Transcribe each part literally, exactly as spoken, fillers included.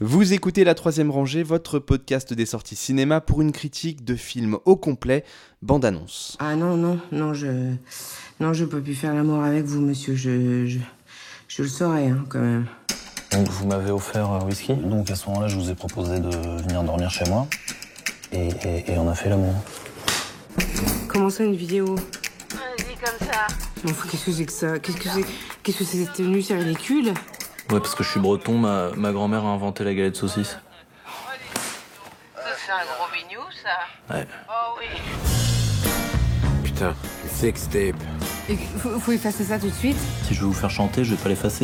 Vous écoutez La Troisième Rangée, votre podcast des sorties cinéma pour une critique de film au complet, bande-annonce. Ah non, non, non, je... Non, je peux plus faire l'amour avec vous, monsieur, je... Je, je le saurais, hein, quand même. Donc vous m'avez offert un whisky, donc à ce moment-là, je vous ai proposé de venir dormir chez moi, et, et, et on a fait l'amour. Comment ça, une vidéo? Vas-y, comme ça. Mais qu'est-ce que c'est que ça? Qu'est-ce que c'est Qu'est-ce que c'est cette tenue? C'est ridicule. Ouais, parce que je suis breton, ma, ma grand-mère a inventé la galette saucisse. Ça, c'est un gros bignou, ça. Ouais. Oh oui. Putain, une sextape. Il faut, faut effacer ça tout de suite. Si je veux vous faire chanter, je vais pas l'effacer.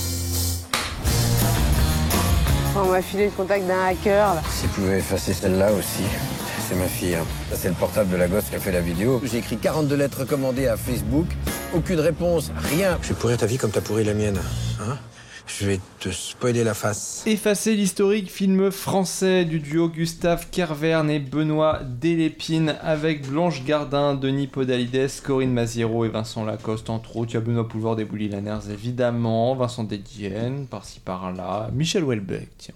On m'a filé le contact d'un hacker, là. Si vous pouvez effacer celle-là aussi. C'est ma fille. Hein. Ça, c'est le portable de la gosse qui a fait la vidéo. J'ai écrit quarante-deux lettres recommandées à Facebook. Aucune réponse, rien. Je vais pourrir ta vie comme t'as pourri la mienne. Hein? Je vais te spoiler la face. Effacer l'historique film français du duo Gustave Kervern et Benoît Delépine avec Blanche Gardin, Denis Podalides, Corinne Maziero et Vincent Lacoste entre autres. Il y a Benoît Poulvord des Bouilly Lanners évidemment, Vincent Dedienne par-ci par-là, Michel Houellebecq, tiens.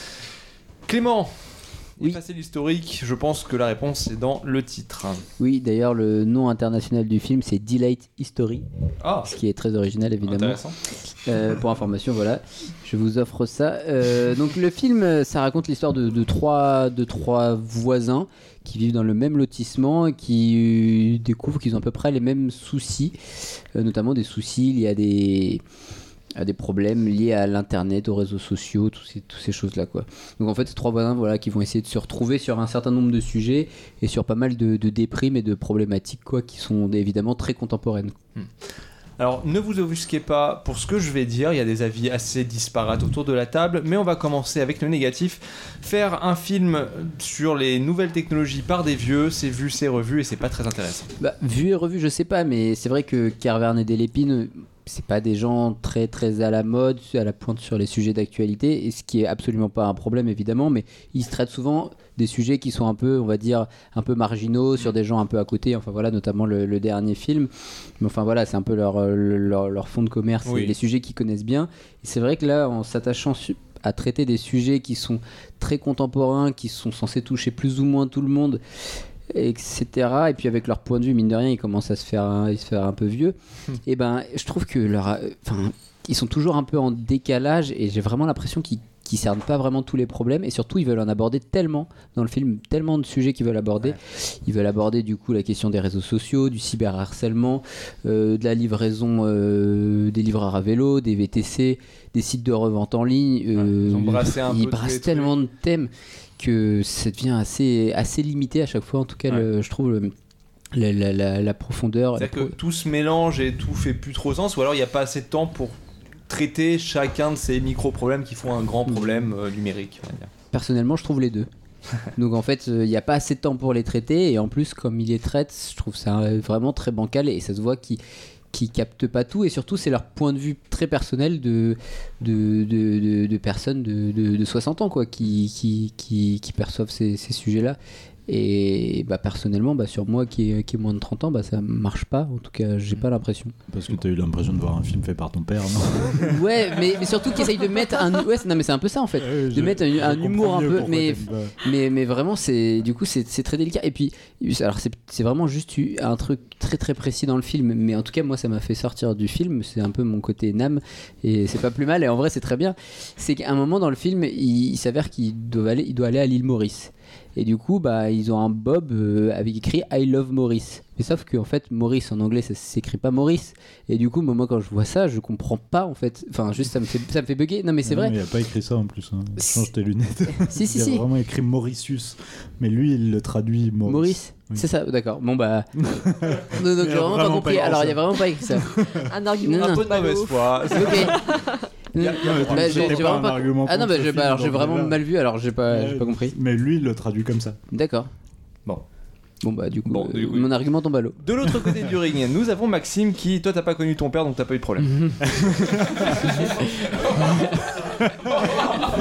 Clément, oui. Effacer l'historique, je pense que la réponse est dans le titre. Oui, d'ailleurs le nom international du film c'est Delete History, ah. ce qui est très original évidemment. Intéressant. Euh, pour information, voilà, je vous offre ça. Euh, donc le film, ça raconte l'histoire de, de, trois, de trois voisins qui vivent dans le même lotissement et qui euh, découvrent qu'ils ont à peu près les mêmes soucis, euh, notamment des soucis liés à des... à des problèmes liés à l'internet, aux réseaux sociaux, toutes ces, toutes ces choses-là, quoi. Donc en fait, ces trois voisins, voilà, qui vont essayer de se retrouver sur un certain nombre de sujets et sur pas mal de, de déprimes et de problématiques, quoi, qui sont évidemment très contemporaines. Hmm. Alors, ne vous offusquez pas pour ce que je vais dire, il y a des avis assez disparates autour de la table, mais on va commencer avec le négatif. Faire un film sur les nouvelles technologies par des vieux, c'est vu, c'est revu et c'est pas très intéressant. Bah, vu et revu, je sais pas, mais c'est vrai que Kervern et Delépine, c'est pas des gens très très à la mode, à la pointe sur les sujets d'actualité, et ce qui est absolument pas un problème évidemment, mais ils se traitent souvent des sujets qui sont un peu, on va dire, un peu marginaux, sur des gens un peu à côté, enfin voilà, notamment le, le dernier film, mais enfin voilà, c'est un peu leur, leur, leur fond de commerce, oui. Et les sujets qu'ils connaissent bien, et c'est vrai que là, en s'attachant su- à traiter des sujets qui sont très contemporains, qui sont censés toucher plus ou moins tout le monde, et cetera. Et puis avec leur point de vue, mine de rien, ils commencent à se faire un, à se faire un peu vieux. Mmh. Et ben, je trouve que leur, enfin, ils sont toujours un peu en décalage, et j'ai vraiment l'impression qu'ils qui cernent pas vraiment tous les problèmes, et surtout ils veulent en aborder tellement dans le film, tellement de sujets qu'ils veulent aborder. Ouais. Ils veulent aborder du coup la question des réseaux sociaux, du cyberharcèlement, euh, de la livraison euh, des livreurs à vélo, des V T C, des sites de revente en ligne. Euh, ils ont brassé un ils peu brassent tellement trucs. de thèmes que ça devient assez, assez limité à chaque fois, en tout cas. Ouais. Le, je trouve le, la, la, la, la profondeur. C'est-à-dire la que pro... tout se mélange et tout fait plus trop sens, ou alors il n'y a pas assez de temps pour traiter chacun de ces micro-problèmes qui font un grand problème euh, numérique, on va dire. Personnellement, je trouve les deux. Donc en fait, il euh, n'y a pas assez de temps pour les traiter, et en plus, comme ils les traitent, je trouve ça vraiment très bancal, et ça se voit qu'ils qui captent pas tout, et surtout c'est leur point de vue très personnel de, de, de, de, de personnes de, de, de soixante ans, quoi, qui, qui, qui, qui perçoivent ces, ces sujets-là. Et bah, personnellement, bah, sur moi qui ai, qui ai moins de trente ans, bah, ça marche pas. En tout cas, j'ai pas l'impression. Parce que t'as eu l'impression de voir un film fait par ton père, non? Ouais, mais, mais surtout qu'ils essayent de mettre un. Ouais, non, mais c'est un peu ça en fait. Ouais, de je, mettre un, un humour un peu. Mais, mais, mais vraiment, c'est, du coup, c'est, c'est très délicat. Et puis, alors, c'est, c'est vraiment juste un truc très très précis dans le film. Mais en tout cas, moi, ça m'a fait sortir du film. C'est un peu mon côté Nam. Et c'est pas plus mal. Et en vrai, c'est très bien. C'est qu'à un moment dans le film, il, il s'avère qu'il doit aller, il doit aller à l'île Maurice. Et du coup, bah, ils ont un bob euh, avec écrit I love Maurice. Mais sauf qu'en fait, Maurice en anglais, ça s'écrit pas Maurice. Et du coup, moi, quand je vois ça, je comprends pas en fait. Enfin, juste ça me fait, ça me fait bugger. Non, mais c'est non, vrai. Mais il n'y a pas écrit ça en plus. Hein. Change tes lunettes. si, si, il y a si. vraiment écrit Mauritius. Mais lui, il le traduit Maurice. Maurice oui. C'est ça, d'accord. Bon, bah. non, donc, j'ai vraiment, vraiment pas compris. Pas Alors, il n'y a vraiment pas écrit ça. Un argument non, non. Un peu de mauvaise foi. Ok. Il y a, non, bah, j'ai, j'ai pas un pas... argument ah non bah, j'ai, bah, alors, j'ai vraiment là. mal vu, alors j'ai pas, mais, j'ai pas compris. Mais lui il le traduit comme ça. D'accord. Bon. Bon bah du coup, bon, euh, du coup mon argument tombe à l'eau. De l'autre côté du ring, nous avons Maxime qui, toi t'as pas connu ton père donc t'as pas eu de problème.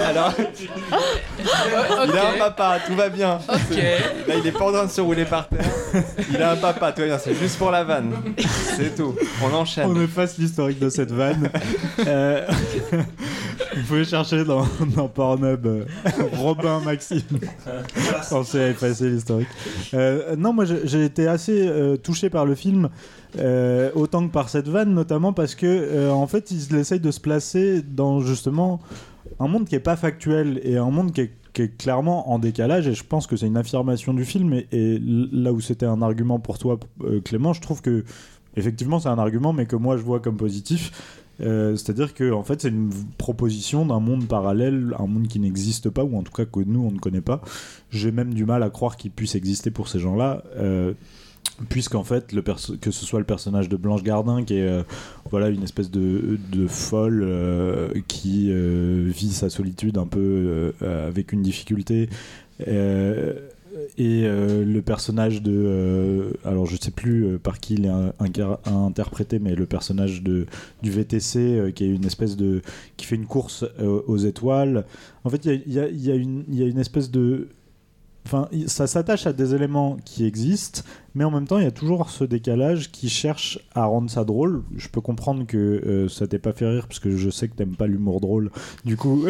Alors, il a un papa, tout va bien. Ok. Là, il est pas en train de se rouler par terre. Il a un papa, tout va bien. C'est juste pour la vanne. C'est tout. On enchaîne. On efface l'historique de cette vanne. euh, vous pouvez chercher dans, dans Pornhub euh, Robin Maxime. Pensez à effacer l'historique. Euh, non, moi j'ai, j'ai été assez euh, touché par le film. Euh, autant que par cette vanne, notamment parce que euh, en fait il essaye de se placer dans justement un monde qui est pas factuel et un monde qui est, qui est clairement en décalage, et je pense que c'est une affirmation du film, et, et là où c'était un argument pour toi euh, Clément, je trouve que effectivement c'est un argument mais que moi je vois comme positif. Euh, c'est-à-dire que en fait c'est une proposition d'un monde parallèle, un monde qui n'existe pas, ou en tout cas que nous on ne connaît pas. J'ai même du mal à croire qu'il puisse exister pour ces gens-là, euh, puisqu'en fait le perso- que ce soit le personnage de Blanche Gardin qui est euh, voilà, une espèce de, de folle euh, qui euh, vit sa solitude un peu euh, avec une difficulté, euh, et euh, le personnage de euh, alors je sais plus euh, par qui il est un, un, un interprété, mais le personnage de du V T C euh, qui est une espèce de qui fait une course euh, aux étoiles. En fait il y a, y, a, y, a une, y a une espèce de Enfin, ça s'attache à des éléments qui existent, mais en même temps, il y a toujours ce décalage qui cherche à rendre ça drôle. Je peux comprendre que euh, ça t'ait pas fait rire, parce que je sais que t'aimes pas l'humour drôle. Du coup...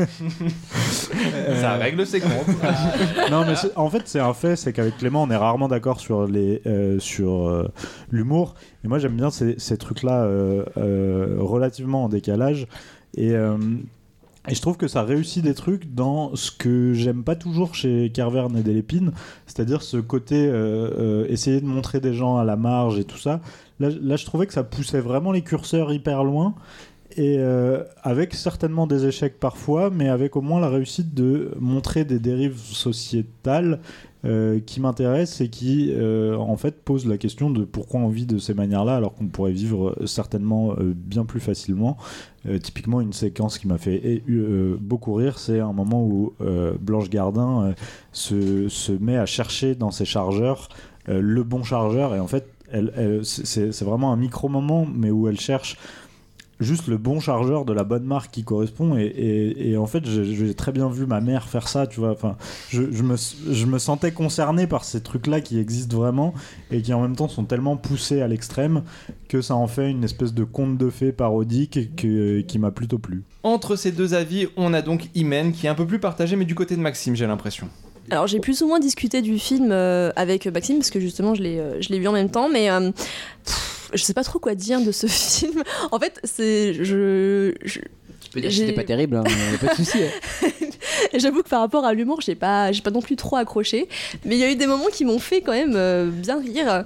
Ça règle ses comptes. Non, mais c'est, en fait, c'est un fait, c'est qu'avec Clément, on est rarement d'accord sur, les, euh, sur euh, l'humour. Et moi, j'aime bien ces, ces trucs-là euh, euh, relativement en décalage. Et... Euh, Et je trouve que ça réussit des trucs dans ce que j'aime pas toujours chez Carverne et Delépine, c'est-à-dire ce côté euh, euh, essayer de montrer des gens à la marge et tout ça. Là, là je trouvais que ça poussait vraiment les curseurs hyper loin, et euh, avec certainement des échecs parfois, mais avec au moins la réussite de montrer des dérives sociétales euh, qui m'intéressent et qui euh, en fait posent la question de pourquoi on vit de ces manières-là alors qu'on pourrait vivre certainement euh, bien plus facilement. Euh, typiquement, une séquence qui m'a fait euh, beaucoup rire, c'est un moment où euh, Blanche Gardin euh, se, se met à chercher dans ses chargeurs euh, le bon chargeur, et en fait elle, elle, c'est, c'est vraiment un micro-moment, mais où elle cherche juste le bon chargeur de la bonne marque qui correspond, et, et, et en fait j'ai, j'ai très bien vu ma mère faire ça, tu vois. Enfin, je, je, me, je me sentais concerné par ces trucs là qui existent vraiment et qui en même temps sont tellement poussés à l'extrême que ça en fait une espèce de conte de fées parodique que, qui m'a plutôt plu. Entre ces deux avis, on a donc Imen qui est un peu plus partagé, mais du côté de Maxime, j'ai l'impression. Alors j'ai plus ou moins discuté du film euh, avec Maxime, parce que justement je l'ai, euh, je l'ai vu en même temps, mais euh, pff, je sais pas trop quoi dire de ce film. En fait, c'est... Je, je, tu peux dire j'ai... que c'était pas terrible, hein, y a pas de souci. Hein. J'avoue que par rapport à l'humour, j'ai pas, j'ai pas non plus trop accroché, mais il y a eu des moments qui m'ont fait quand même euh, bien rire.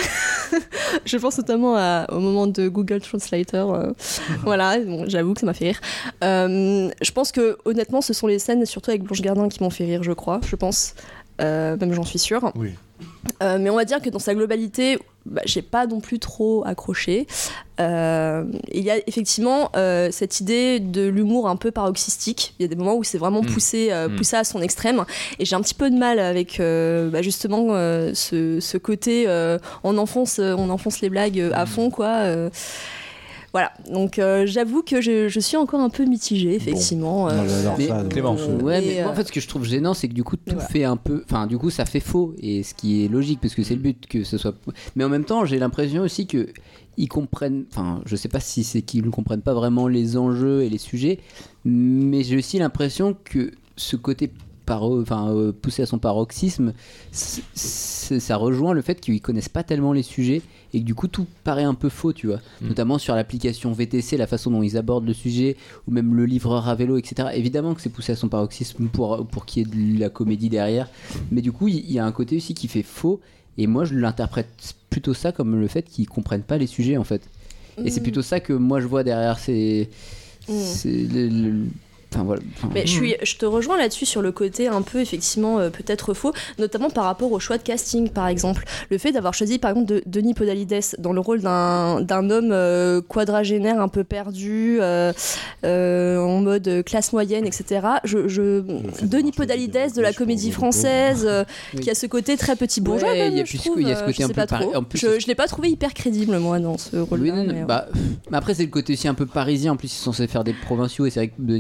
Je pense notamment à, au moment de Google Translator. Euh, voilà, bon, j'avoue que ça m'a fait rire. Euh, je pense que honnêtement, ce sont les scènes, surtout avec Blanche Gardin, qui m'ont fait rire, je crois, je pense. Euh, même j'en suis sûre. Oui. Euh, mais on va dire que dans sa globalité, bah, j'ai pas non plus trop accroché. Euh, il y a effectivement euh, cette idée de l'humour un peu paroxystique. Il y a des moments où c'est vraiment poussé, euh, mmh. poussé à son extrême. Et j'ai un petit peu de mal avec euh, bah, justement euh, ce, ce côté euh, on, enfonce, on enfonce les blagues euh, à fond, quoi. Euh, Voilà, donc euh, j'avoue que je, je suis encore un peu mitigée, effectivement. Bon. Euh, Moi, j'adore mais, ça. donc, Clément. euh, Ouais, Et mais euh... moi, en fait, ce que je trouve gênant, c'est que du coup, tout voilà. fait un peu. Enfin, du coup, ça fait faux, et ce qui est logique, parce que c'est le but que ce soit. Mais en même temps, j'ai l'impression aussi que ils comprennent. Enfin, je sais pas si c'est qu'ils ne comprennent pas vraiment les enjeux et les sujets, mais j'ai aussi l'impression que ce côté. Paro... Enfin, euh, poussé à son paroxysme, c'est, c'est, ça rejoint le fait qu'ils connaissent pas tellement les sujets et que du coup tout paraît un peu faux, tu vois. Mmh. Notamment sur l'application V T C, la façon dont ils abordent le sujet, ou même le livreur à vélo, et cetera. Évidemment que c'est poussé à son paroxysme pour, pour qu'il y ait de la comédie derrière, mais du coup il y, y a un côté aussi qui fait faux, et moi je l'interprète plutôt ça comme le fait qu'ils comprennent pas les sujets en fait. Et mmh. c'est plutôt ça que moi je vois derrière ces... Mmh. C'est le, le... Enfin, voilà. Enfin, mais je, suis, je te rejoins là-dessus sur le côté un peu effectivement euh, peut-être faux, notamment par rapport au choix de casting par exemple. Le fait d'avoir choisi par exemple de, Denis Podalides dans le rôle d'un, d'un homme euh, quadragénaire un peu perdu, euh, euh, en mode classe moyenne, et cetera. Je, je... Denis Podalides de la comédie française, euh, oui. qui a ce côté très petit bourgeois. Ouais, même, il y a je plus trouve, il y a ce côté un peu pareil. En plus, je, je l'ai pas trouvé hyper crédible moi dans ce rôle-là. Oui, non, non, mais, bah, mais après c'est le côté aussi un peu parisien. En plus ils sont censés faire des provinciaux, et c'est vrai que Denis Podalides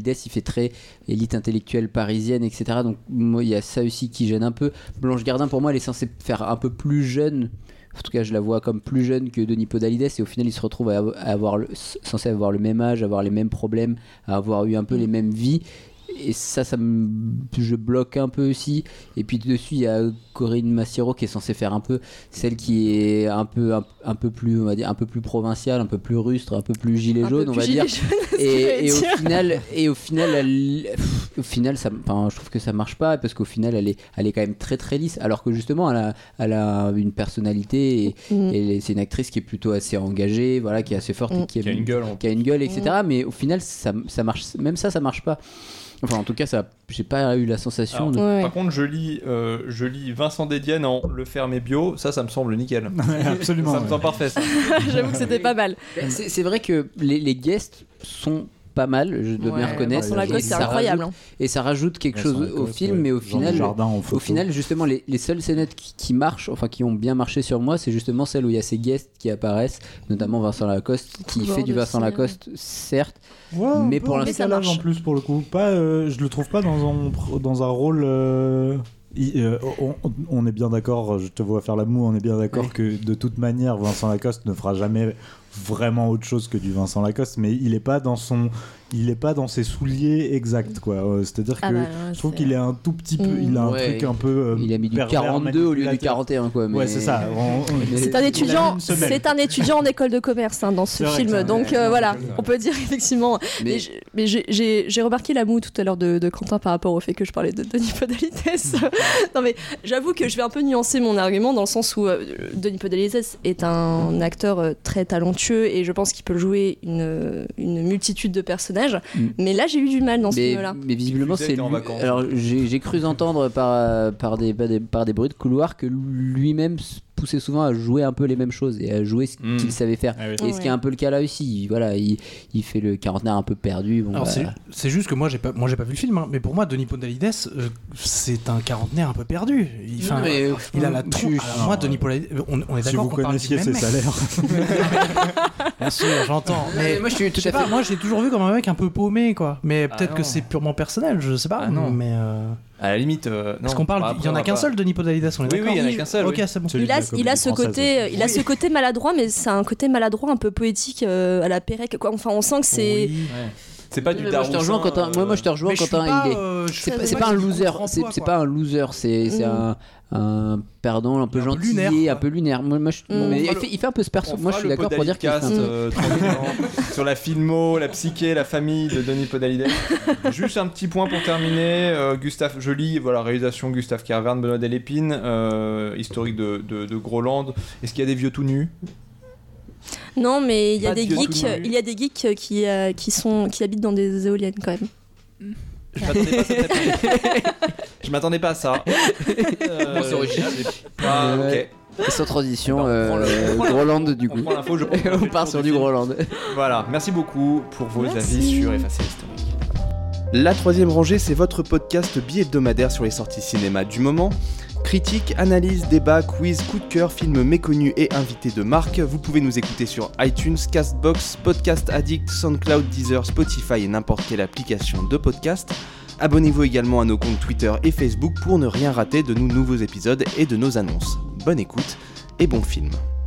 Podalides, il fait très élite intellectuelle parisienne, et cetera. Donc moi, il y a ça aussi qui gêne un peu. Blanche Gardin, pour moi, elle est censée faire un peu plus jeune. En tout cas, je la vois comme plus jeune que Denis Podalides, et au final, il se retrouve à avoir le, censé avoir le même âge, avoir les mêmes problèmes, à avoir eu un peu les mêmes vies. Et ça, ça me, je bloque un peu aussi. Et puis dessus, il y a Corinne Massiero qui est censée faire un peu celle qui est un peu, un, un peu plus, on va dire, un peu plus provinciale, un peu plus rustre, un peu plus gilet Un jaune, peu on plus va gilet dire. jaune, Et, et au dire. final, et au final, elle, pff, au final, ça, enfin, je trouve que ça marche pas parce qu'au final, elle est, elle est quand même très très lisse. Alors que justement, elle a, elle a une personnalité et, Mm. et c'est une actrice qui est plutôt assez engagée, voilà, qui est assez forte, Mm. et qui, Qui a une gueule, en qui a une gueule, et cetera. Mais au final, ça, ça marche, même ça, ça marche pas. Enfin, en tout cas, ça, j'ai pas eu la sensation Alors, de. Ouais. Par contre, je lis, euh, je lis Vincent Dédienne en Le Ferme et Bio, ça, ça me semble nickel. Absolument. Ça me ouais. semble parfait, ça. J'avoue que c'était pas mal. C'est, c'est vrai que les, les guests sont pas mal, je dois Ouais, bien reconnaître. Vincent Lacoste, Et c'est ça incroyable. rajoute- et ça rajoute quelque Vincent chose au Lacoste, film, ouais. mais au Jean final, Dujardin en photo. au final, justement, les, les seules scénettes qui, qui marchent, enfin qui ont bien marché sur moi, c'est justement celles où il y a ces guests qui apparaissent, notamment Vincent Lacoste, qui Pouvoir fait du de Vincent ciel. Lacoste, certes, Ouais, un mais peu pour en l'instant, ça décalage marche. en plus pour le coup. Pas, euh, je le trouve pas dans un dans un rôle. euh, il- euh, on, on est bien d'accord. Je te vois faire la moue. On est bien d'accord Ouais. que de toute manière, Vincent Lacoste ne fera jamais vraiment autre chose que du Vincent Lacoste. Mais il est pas dans son, il est pas dans ses souliers exacts quoi. Euh, C'est-à-dire Ah que bah, ouais, je trouve c'est- qu'il est un tout petit peu. Mm. Il a un Ouais. truc un peu. euh, il a mis du pervers, quarante-deux au lieu du manipulateur. quarante et un, quoi. Mais... Ouais, c'est ça. On- on- Mais- C'est un il a étudiant, une semelle. c'est un étudiant en école de commerce hein, dans ce C'est vrai que film, c'est un- donc ouais, euh, non, voilà, c'est vrai. on peut dire effectivement. Mais, Mais- j'ai- mais j'ai- j'ai j'ai remarqué la moue tout à l'heure de, de Quentin par rapport au fait que je parlais de Denis Podalides. Non mais j'avoue que je vais un peu nuancer mon argument dans le sens où euh, Denis Podalides est un acteur euh, très talentueux et je pense qu'il peut jouer une, une multitude de personnages. Mm. Mais là j'ai eu du mal dans ce mais, film-là. mais visiblement, Fusette c'est est en lui- vacances. Alors, j'ai, j'ai cru entendre par, par, des, par, des, par des bruits de couloir que lui-même se poussait souvent à jouer un peu les mêmes choses et à jouer ce Mm. qu'il savait faire. Ah oui. Et ce qui est un peu le cas là aussi. Voilà, il, il fait le quarantenaire un peu perdu. Bon, Alors bah, c'est, c'est juste que moi j'ai pas moi j'ai pas vu le film hein, mais pour moi Denis Podalides euh, c'est un quarantenaire un peu perdu. Il, enfin, mais- il a la je- tronche. Alors moi Denis Podalides on, on est Si d'accord vous qu'on parle du connaissiez même ses mec. salaires. Bien sûr, j'entends. Mais Mais moi, je suis tout je sais à pas, fait. moi je l'ai toujours vu comme un mec un peu paumé quoi. Mais Ah peut-être que non. c'est purement personnel, je sais pas. Ah non. Mais euh, À la limite, euh, non. parce qu'on parle, Bah, il après, y en on a va qu'un pas- seul Denis Podalides, on est Oui, d'accord. oui, il y en a qu'un seul. Ok, oui. c'est bon. Celui Il de a, la il a comédie ce française côté, aussi. il a ce côté maladroit, mais c'est un côté maladroit un peu poétique euh, à la Pérec. Quoi. Enfin, on sent que c'est. Oui. Ouais. C'est pas du Moi, je te rejoins, Daroussin, Quentin. Moi, moi, je te rejoins, Mais je suis Quentin. pas, il est... euh, je C'est suis pas, pas- c'est moi, pas un c'est du loser, contre-emploi, c'est, c'est quoi. pas un loser, c'est, c'est Mm. un, un perdant un peu Un peu gentil, lunaire, quoi. un peu lunaire. Moi, moi, je- Mm. mais On il, fera le- fait, il fait un peu ce perso. On Moi, je fera suis le d'accord pour dire qu'il fait un- Podalidcast, euh, tranquillement, sur la filmo, la psyché, la famille de Denis Podalides. Juste un petit point pour terminer. euh, Gustave Joly, voilà, réalisation Gustave Kervern, Benoît Delépine, euh, historique de, de, de Groland. Est-ce qu'il y a des vieux tout nus? Non, mais il y a Pas de des vieux tout geeks, nus. il y a des geeks qui, euh, qui sont qui habitent dans des éoliennes quand même. Je m'attendais pas à cette réponse. Je m'attendais pas à ça. Euh, Bon, c'est original. j'ai pas- Ouais. ok. Et sans transition, Attends, on prend le- euh, on prend la- Groland du On coup. prend l'info, je prends Et on part sur du Groland. Voilà, merci beaucoup pour vos Merci. avis sur Effacer l'historique. La troisième rangée, c'est votre podcast bi-hebdomadaire sur les sorties cinéma du moment. Critiques, analyses, débats, quiz, coup de cœur, films méconnus et invités de marque. Vous pouvez nous écouter sur iTunes, Castbox, Podcast Addict, SoundCloud, Deezer, Spotify et n'importe quelle application de podcast. Abonnez-vous également à nos comptes Twitter et Facebook pour ne rien rater de nos nouveaux épisodes et de nos annonces. Bonne écoute et bon film.